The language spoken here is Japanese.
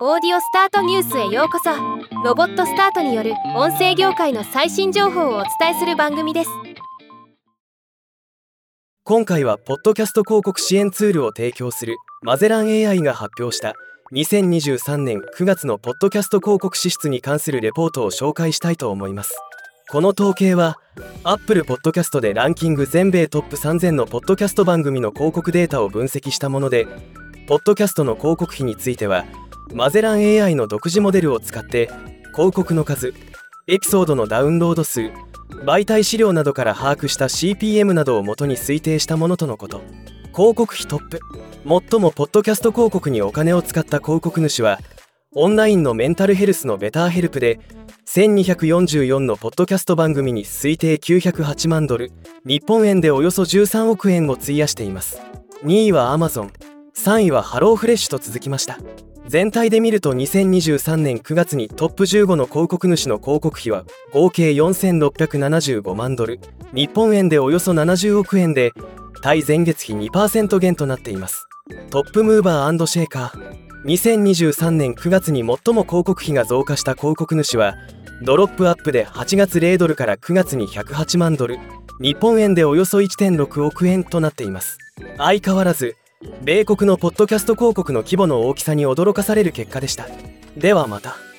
オーディオスタートニュースへようこそ。ロボットスタートによる音声業界の最新情報をお伝えする番組です。 今回はポッドキャスト広告支援ツールを提供するマゼラン AI が発表した2023年9月のポッドキャスト広告支出に関するレポートを紹介したいと思います。この統計は Apple Podcast でランキング全米トップ3000のポッドキャスト番組の広告データを分析したもので、ポッドキャストの広告費についてはマゼラン AI の独自モデルを使って広告の数、エピソードのダウンロード数、媒体資料などから把握した CPM などを元に推定したものとのこと。広告費トップ、最もポッドキャスト広告にお金を使った広告主はオンラインのメンタルヘルスのベターヘルプで1244のポッドキャスト番組に推定908万ドル、日本円でおよそ13億円を費やしています。2位は Amazon、 3位はハローフレッシュと続きました。全体で見ると2023年9月にトップ15の広告主の広告費は合計4675万ドル、日本円でおよそ70億円で対前月比 2% 減となっています。トップムーバー&シェーカー、2023年9月に最も広告費が増加した広告主はドロップアップで8月0ドルから9月に108万ドル、日本円でおよそ 1.6 億円となっています。相変わらず米国のポッドキャスト広告の規模の大きさに驚かされる結果でした。ではまた。